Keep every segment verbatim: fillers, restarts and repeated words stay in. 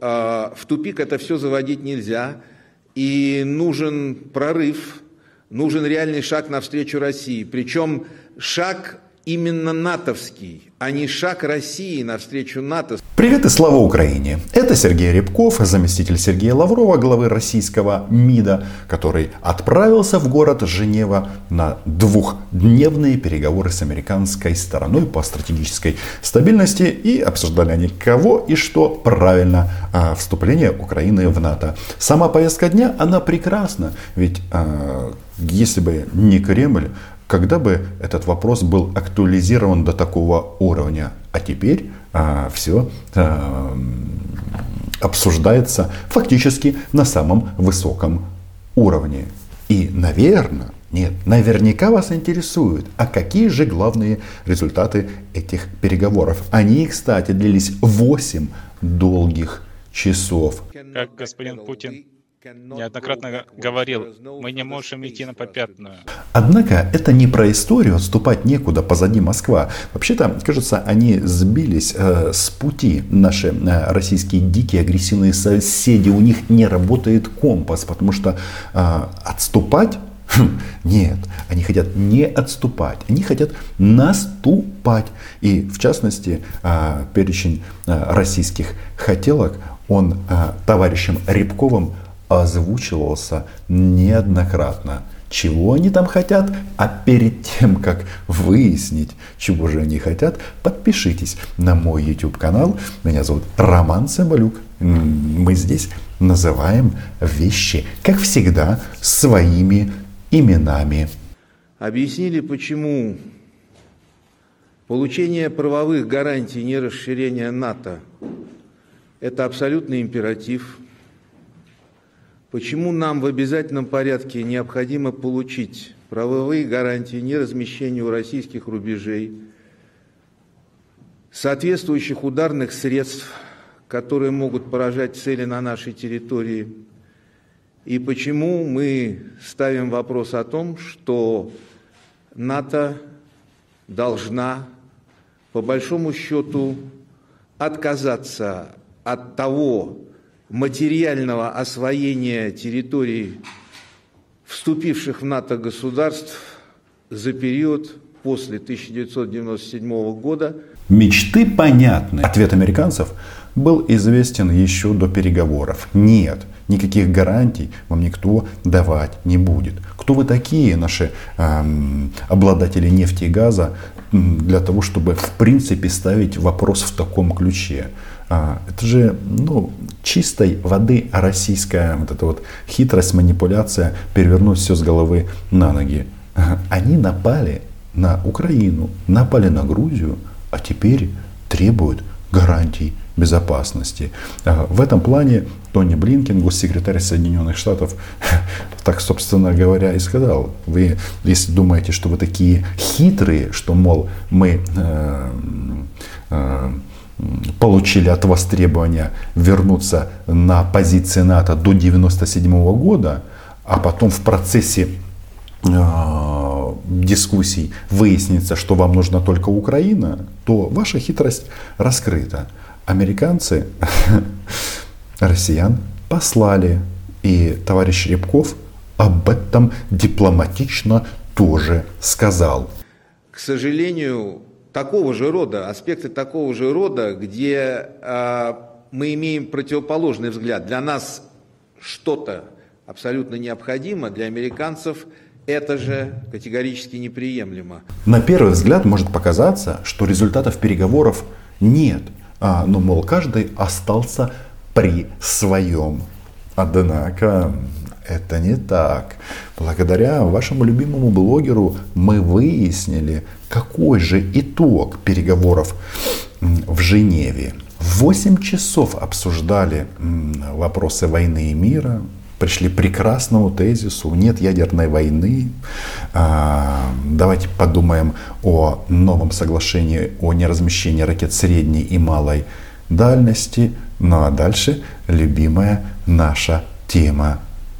э, в тупик это все заводить нельзя, и нужен прорыв, нужен реальный шаг навстречу России, причем шаг именно натовский, а не шаг России навстречу НАТО. Привет и слава Украине! Это Сергей Рябков, заместитель Сергея Лаврова, главы российского МИДа, который отправился в город Женева на двухдневные переговоры с американской стороной по стратегической стабильности. И обсуждали они, кого и что правильно а, вступление Украины в НАТО. Сама повестка дня, она прекрасна. Ведь а, если бы не Кремль, когда бы этот вопрос был актуализирован до такого уровня? А теперь а, все а, обсуждается фактически на самом высоком уровне. И, наверное, нет, наверняка вас интересует, а какие же главные результаты этих переговоров? Они, кстати, длились восемь долгих часов. Как господин Путин неоднократно говорил, мы не можем идти на попятную. Однако это не про историю, отступать некуда, позади Москва. Вообще-то, кажется, они сбились э, с пути. Наши э, российские дикие агрессивные соседи, у них не работает компас, потому что э, отступать? Хм, нет, они хотят не отступать, они хотят наступать. И в частности, э, перечень э, российских хотелок, он э, товарищем Рябковым озвучивался неоднократно. Чего они там хотят? А перед тем, как выяснить, чего же они хотят, подпишитесь на мой YouTube канал. Меня зовут Роман Цымбалюк. Мы здесь называем вещи, как всегда, своими именами. Объяснили, почему получение правовых гарантий нерасширения НАТО – это абсолютный императив. Почему нам в обязательном порядке необходимо получить правовые гарантии неразмещения у российских рубежей, соответствующих ударных средств, которые могут поражать цели на нашей территории, и почему мы ставим вопрос о том, что НАТО должна, по большому счету, отказаться от того материального освоения территорий вступивших в НАТО государств за период после тысяча девятьсот девяносто седьмого года. Мечты понятны. Ответ американцев был известен еще до переговоров. Нет, никаких гарантий вам никто давать не будет. Кто вы такие, наши эм, обладатели нефти и газа, для того, чтобы в принципе ставить вопрос в таком ключе? Это же ну, чистой воды российская вот эта вот хитрость, манипуляция, перевернуть все с головы на ноги. Они напали на Украину, напали на Грузию, а теперь требуют гарантий безопасности. В этом плане Тони Блинкен, госсекретарь Соединенных Штатов, так, собственно говоря, и сказал: вы, если думаете, что вы такие хитрые, что, мол, мы э, э, получили от вас требования вернуться на позиции НАТО до девяносто седьмого года, а потом в процессе э, дискуссий выяснится, что вам нужна только Украина, то ваша хитрость раскрыта. Американцы россиян послали, и товарищ Рябков об этом дипломатично тоже сказал. К сожалению, такого же рода, аспекты такого же рода, где э, мы имеем противоположный взгляд. Для нас что-то абсолютно необходимо, для американцев это же категорически неприемлемо. На первый взгляд может показаться, что результатов переговоров нет. А, ну, мол, каждый остался при своем. Однако это не так. Благодаря вашему любимому блогеру мы выяснили, какой же итог переговоров в Женеве. Восемь часов обсуждали вопросы войны и мира, пришли к прекрасному тезису: нет ядерной войны. Давайте подумаем о новом соглашении о неразмещении ракет средней и малой дальности. Ну а дальше любимая наша тема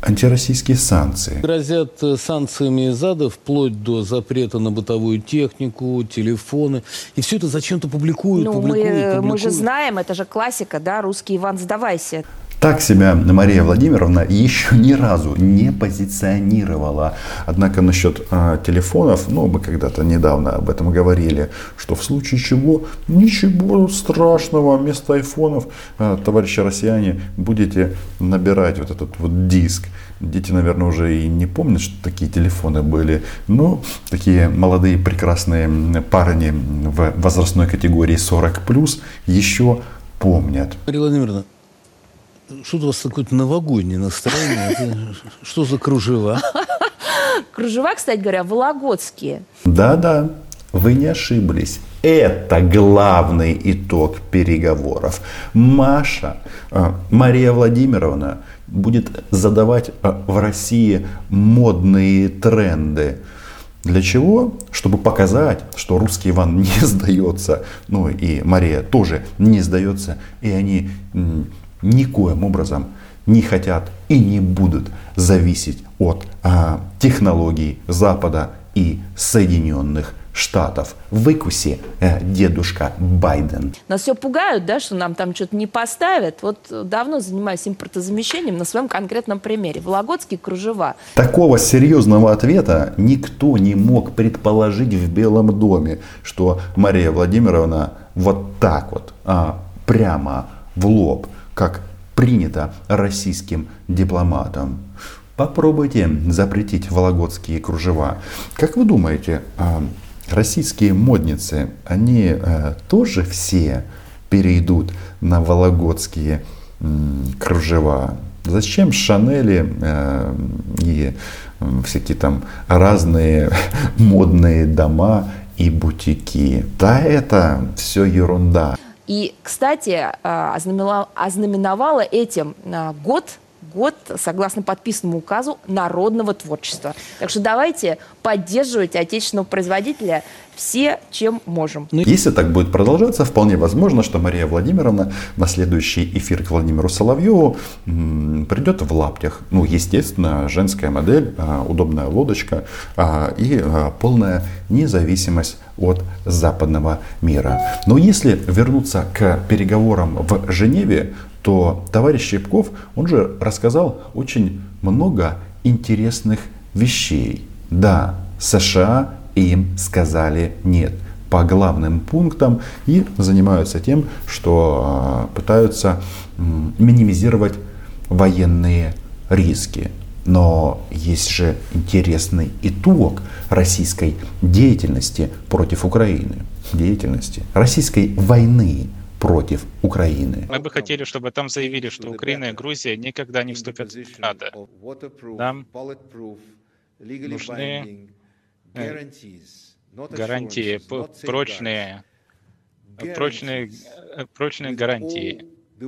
антироссийские санкции. Грозят санкциями из ада вплоть до запрета на бытовую технику, телефоны. И все это зачем-то публикуют, ну, публикуют, мы, публикуют. мы же знаем, это же классика, да, русский Иван, сдавайся. Так себя Мария Владимировна еще ни разу не позиционировала. Однако насчет э, телефонов, ну, мы когда-то недавно об этом говорили, что в случае чего ничего страшного, вместо айфонов, э, товарищи россияне, будете набирать вот этот вот диск. Дети, наверное, уже и не помнят, что такие телефоны были. Но такие молодые прекрасные парни в возрастной категории сорок плюс еще помнят. Мария Владимировна, что-то у вас какое-то новогоднее настроение. Это что за кружева? Кружева, кстати говоря, вологодские. Да-да, вы не ошиблись. Это главный итог переговоров. Маша, Мария Владимировна будет задавать в России модные тренды. Для чего? Чтобы показать, что русский Иван не сдается. Ну и Мария тоже не сдается. И они никоим образом не хотят и не будут зависеть от а, технологий Запада и Соединенных Штатов. Выкуси, э, дедушка Байден. Нас все пугают, да, что нам там что-то не поставят. Вот давно занимаюсь импортозамещением на своем конкретном примере. Вологодские кружева. Такого серьезного ответа никто не мог предположить в Белом доме, что Мария Владимировна вот так вот, а, прямо в лоб, как принято российским дипломатам. Попробуйте запретить вологодские кружева. Как вы думаете, российские модницы, они тоже все перейдут на вологодские кружева? Зачем Шанели и всякие там разные модные дома и бутики? Да это все ерунда. И, кстати, ознаменовала этим год, год, согласно подписанному указу, народного творчества. Так что давайте поддерживать отечественного производителя все, чем можем. Если так будет продолжаться, вполне возможно, что Мария Владимировна на следующий эфир к Владимиру Соловьеву м, придет в лаптях. Ну, естественно, женская модель, а, удобная лодочка а, и а, полная независимость от западного мира. Но если вернуться к переговорам в Женеве, то товарищ Щипков, он же рассказал очень много интересных вещей. Да, США им сказали нет по главным пунктам и занимаются тем, что пытаются минимизировать военные риски. Но есть же интересный итог российской деятельности против Украины, деятельности российской войны против Украины. Мы бы хотели, чтобы там заявили, что Украина и Грузия никогда не вступят в НАТО. Нам нужны гарантии, прочные, прочные, прочные гарантии,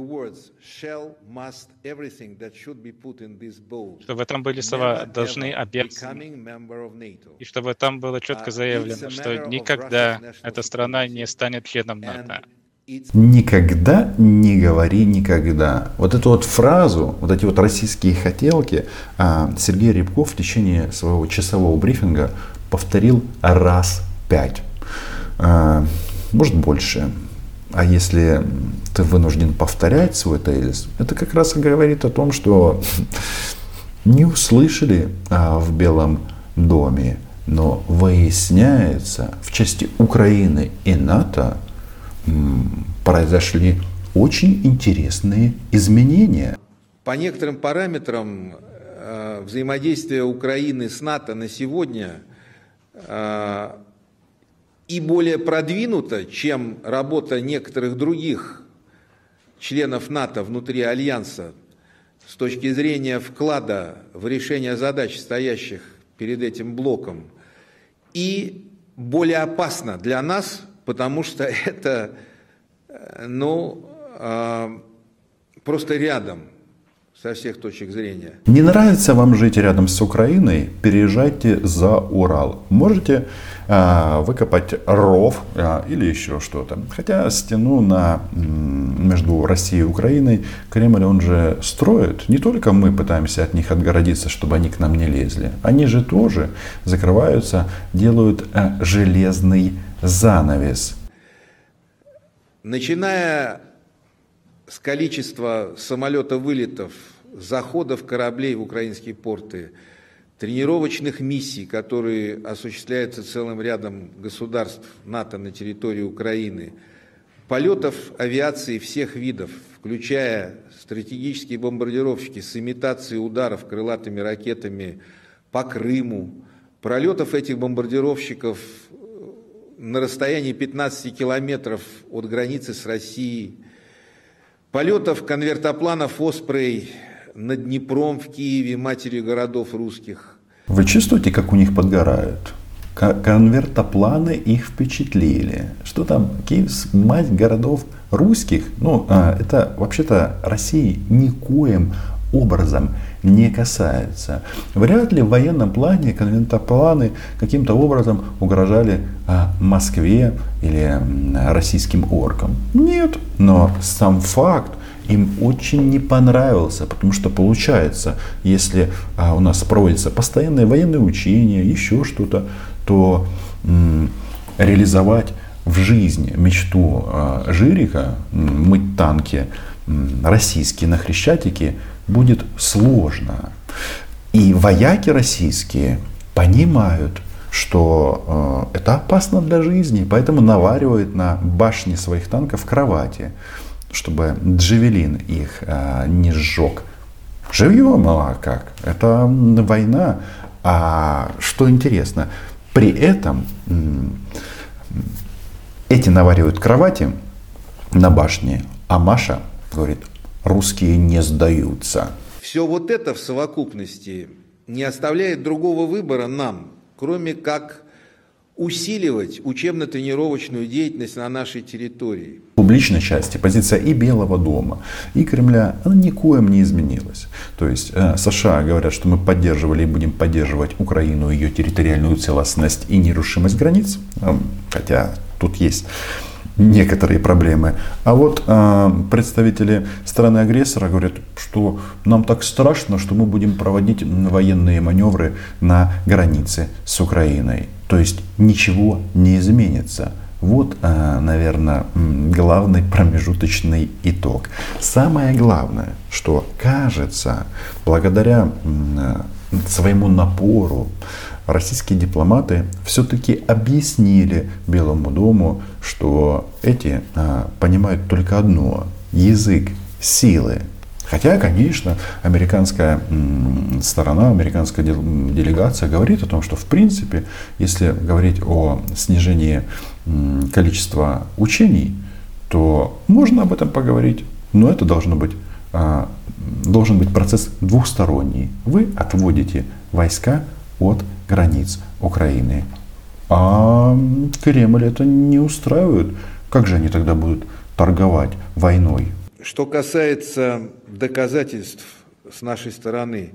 чтобы там были слова «должны», «обязаны», и чтобы там было четко заявлено, что никогда эта страна не станет членом НАТО. Никогда не говори никогда. Вот эту вот фразу, вот эти вот российские хотелки Сергей Рябков в течение своего часового брифинга повторил раз пять. Может больше. А если ты вынужден повторять свой тезис, это как раз и говорит о том, что не услышали в Белом доме. Но выясняется, в части Украины и НАТО произошли очень интересные изменения. По некоторым параметрам э, взаимодействие Украины с НАТО на сегодня э, и более продвинуто, чем работа некоторых других членов НАТО внутри Альянса с точки зрения вклада в решение задач, стоящих перед этим блоком, и более опасно для нас, потому что это, ну, просто рядом. со всех точек зрения. Не нравится вам жить рядом с Украиной? Переезжайте за Урал. Можете а, выкопать ров а, или еще что-то. Хотя стену на, между Россией и Украиной Кремль он же строит. Не только мы пытаемся от них отгородиться, чтобы они к нам не лезли. Они же тоже закрываются, делают а, железный занавес. Начиная с количества самолета-вылетов, заходов кораблей в украинские порты, тренировочных миссий, которые осуществляются целым рядом государств НАТО на территории Украины, полетов авиации всех видов, включая стратегические бомбардировщики с имитацией ударов крылатыми ракетами по Крыму, пролетов этих бомбардировщиков на расстоянии пятнадцати километров от границы с Россией, полетов конвертопланов «Оспрей» над Днепром в Киеве, матерью городов русских. Вы чувствуете, как у них подгорают? Конвертопланы их впечатлили. Что там, Киев, мать городов русских? Ну, это вообще-то России никоим образом не касается. Вряд ли в военном плане конвертопланы каким-то образом угрожали Москве или российским оркам. Нет, но сам факт им очень не понравился, потому что получается, если у нас проводятся постоянные военные учения, еще что-то, то м, реализовать в жизни мечту э, Жирика, мыть танки м, российские на Хрещатике, будет сложно. И вояки российские понимают, что э, это опасно для жизни, поэтому наваривают на башне своих танков кровати, чтобы джавелин их э, не сжег. Живьем, а как? Это война. А что интересно, при этом м, эти наваривают кровати на башне, а Маша говорит: русские не сдаются. Все вот это в совокупности не оставляет другого выбора нам, кроме как усиливать учебно-тренировочную деятельность на нашей территории. В публичной части позиция и Белого дома, и Кремля, она никоим не изменилась. То есть э, США говорят, что мы поддерживали и будем поддерживать Украину, ее территориальную целостность и нерушимость границ, э, хотя тут есть некоторые проблемы. А вот э, представители страны-агрессора говорят, что нам так страшно, что мы будем проводить военные маневры на границе с Украиной. То есть ничего не изменится. Вот, э, наверное, главный промежуточный итог. Самое главное, что кажется, благодаря э, своему напору, российские дипломаты все-таки объяснили Белому дому, что эти а, понимают только одно – язык силы. Хотя, конечно, американская м, сторона, американская делегация говорит о том, что в принципе, если говорить о снижении м, количества учений, то можно об этом поговорить, но это должно быть, а, должен быть процесс двухсторонний. Вы отводите войска от границ Украины. А Кремль это не устраивает. Как же они тогда будут торговать войной? Что касается доказательств с нашей стороны,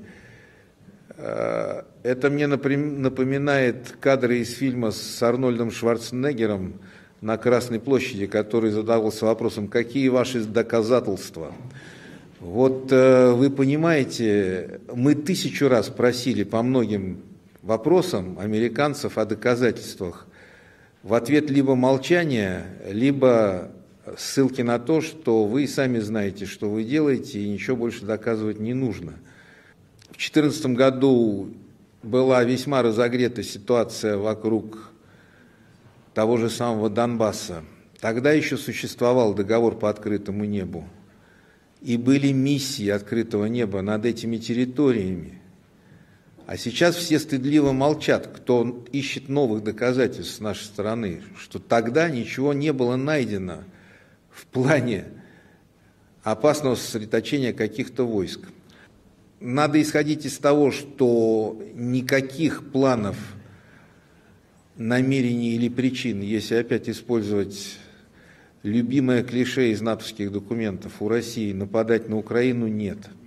это мне напоминает кадры из фильма с Арнольдом Шварценеггером на Красной площади, который задавался вопросом: какие ваши доказательства? Вот вы понимаете, мы тысячу раз просили по многим вопросам американцев о доказательствах. В ответ либо молчание, либо ссылки на то, что вы сами знаете, что вы делаете, и ничего больше доказывать не нужно. В две тысячи четырнадцатом году была весьма разогрета ситуация вокруг того же самого Донбасса. Тогда еще существовал договор по открытому небу. И были миссии открытого неба над этими территориями. А сейчас все стыдливо молчат, кто ищет новых доказательств с нашей стороны, что тогда ничего не было найдено в плане опасного сосредоточения каких-то войск. Надо исходить из того, что никаких планов, намерений или причин, если опять использовать любимое клише из натовских документов, у России нападать на Украину нет.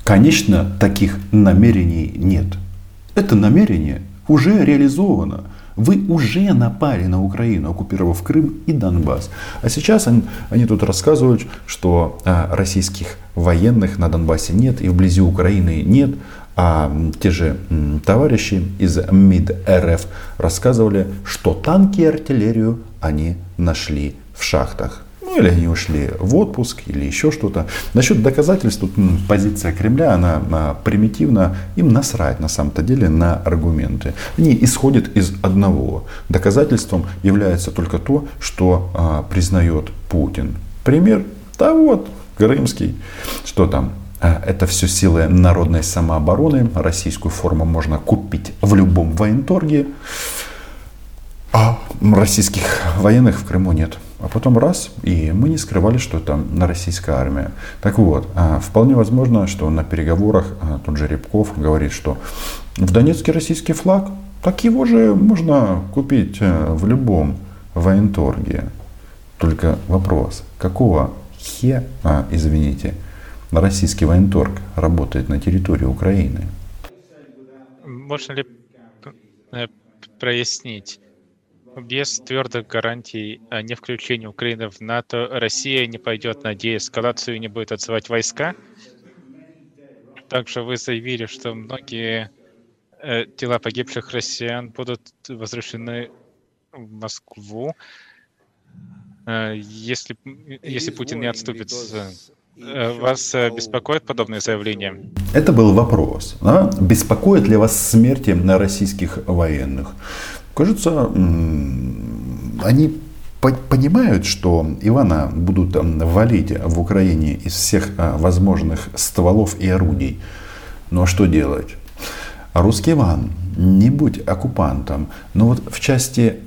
Конечно, таких намерений нет. Это намерение уже реализовано. Вы уже напали на Украину, оккупировав Крым и Донбасс. А сейчас они, они тут рассказывают, что а, российских военных на Донбассе нет и вблизи Украины нет. А те же м, товарищи из МИД РФ рассказывали, что танки и артиллерию они нашли в шахтах. Ну или они ушли в отпуск или еще что-то. Насчет доказательств, тут м, позиция Кремля, она а, примитивна. Им насрать на самом-то деле на аргументы. Они исходят из одного. Доказательством является только то, что а, признает Путин. Пример, да вот, Крымский, что там. Это все силы народной самообороны. Российскую форму можно купить в любом военторге. А российских военных в Крыму нет. А потом раз, и мы не скрывали, что это российская армия. Так вот, вполне возможно, что на переговорах тот же Рябков говорит, что в Донецке российский флаг, так его же можно купить в любом военторге. Только вопрос, какого хе, а, извините, российский военторг работает на территории Украины? Можно ли прояснить? Без твердых гарантий о невключении Украины в НАТО Россия не пойдет на деэскалацию и не будет отзывать войска. Также вы заявили, что многие э, тела погибших россиян будут возвращены в Москву, э, если, если Путин не отступит. Э, вас э, беспокоит подобные заявления? Это был вопрос. Да? Беспокоит ли вас смерти на российских военных? Кажется, они понимают, что Ивана будут валить в Украине из всех возможных стволов и орудий. Ну а что делать? Русский Иван, не будь оккупантом. Но вот в части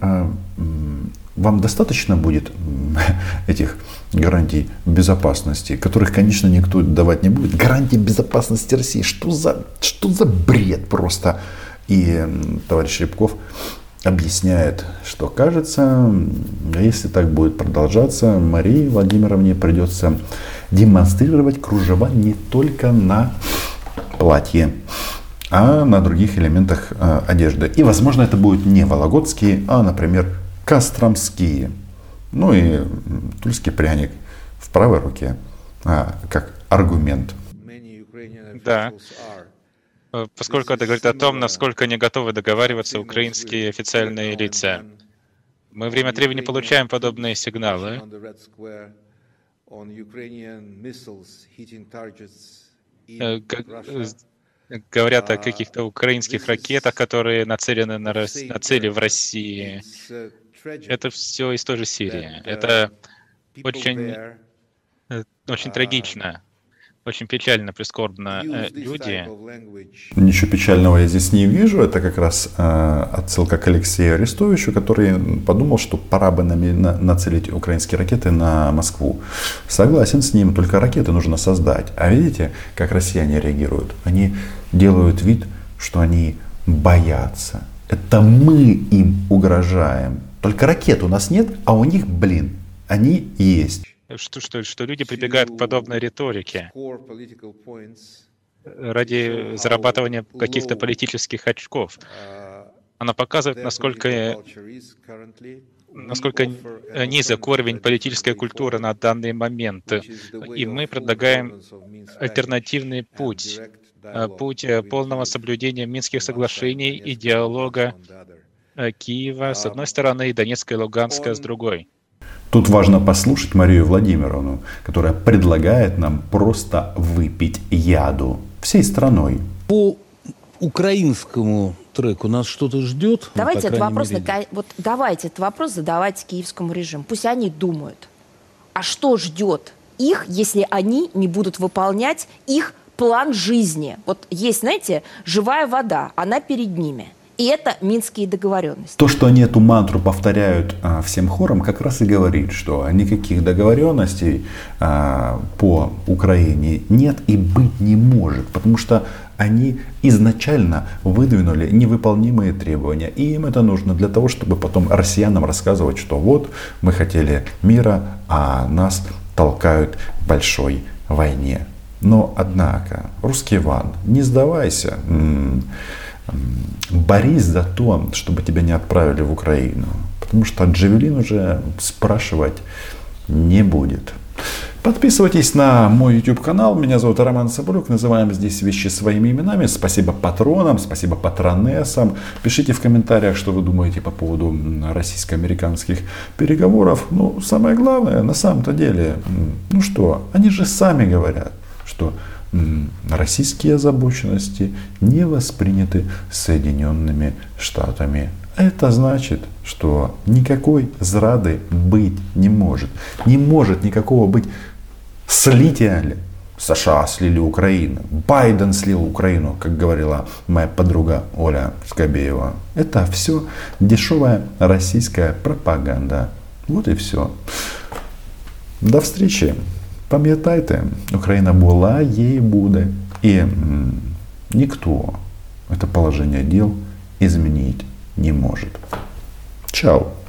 вам достаточно будет этих гарантий безопасности, которых, конечно, никто давать не будет. Гарантии безопасности России. Что за, что за бред просто? И товарищ Рябков объясняет, что, кажется, если так будет продолжаться, Марии Владимировне придется демонстрировать кружева не только на платье, а на других элементах э, одежды. И, возможно, это будут не вологодские, а, например, костромские. Ну и тульский пряник в правой руке, а, как аргумент. Да. Поскольку это говорит о том, насколько не готовы договариваться украинские официальные лица. Мы время от времени получаем подобные сигналы. Говорят о каких-то украинских ракетах, которые нацелены на, Рос... на цели в России. Это все из той же Сирии. Это очень, очень трагично. Очень печально, прискорбно. Люди... Ничего печального я здесь не вижу. Это как раз э, отсылка к Алексею Арестовичу, который подумал, что пора бы нами на, нацелить украинские ракеты на Москву. Согласен с ним, только ракеты нужно создать. А видите, как россияне реагируют? Они делают вид, что они боятся. Это мы им угрожаем. Только ракет у нас нет, а у них, блин, они есть. Что, что, что люди прибегают к подобной риторике ради зарабатывания каких-то политических очков. Она показывает, насколько, насколько низок уровень политической культуры на данный момент. И мы предлагаем альтернативный путь. Путь полного соблюдения Минских соглашений и диалога Киева с одной стороны и Донецка и Луганска с другой. Тут важно послушать Марию Владимировну, которая предлагает нам просто выпить яду всей страной. По украинскому треку нас что-то ждет? Давайте, ну, этот вопрос, мере... вот, давайте этот вопрос задавать киевскому режиму. Пусть они думают, а что ждет их, если они не будут выполнять их план жизни? Вот есть, знаете, живая вода, она перед ними. И это минские договоренности. То, что они эту мантру повторяют а, всем хором, как раз и говорит, что никаких договоренностей а, по Украине нет и быть не может. Потому что они изначально выдвинули невыполнимые требования. И им это нужно для того, чтобы потом россиянам рассказывать, что вот мы хотели мира, а нас толкают к большой войне. Но, однако, русский Иван, не сдавайся. Борись за то, чтобы тебя не отправили в Украину. Потому что Джавелин уже спрашивать не будет. Подписывайтесь на мой YouTube канал. Меня зовут Роман Соболюк. Называем здесь вещи своими именами. Спасибо патронам, спасибо патронессам. Пишите в комментариях, что вы думаете по поводу российско-американских переговоров. Ну, самое главное, на самом-то деле, ну что, они же сами говорят, что российские озабоченности не восприняты Соединенными Штатами. Это значит, что никакой зрады быть не может. Не может никакого быть слития. США слили Украину, Байден слил Украину, как говорила моя подруга Оля Скобеева. Это все дешевая российская пропаганда. Вот и все. До встречи. Пам'ятайте, Украина була, є і буде. И никто это положение дел изменить не может. Чао.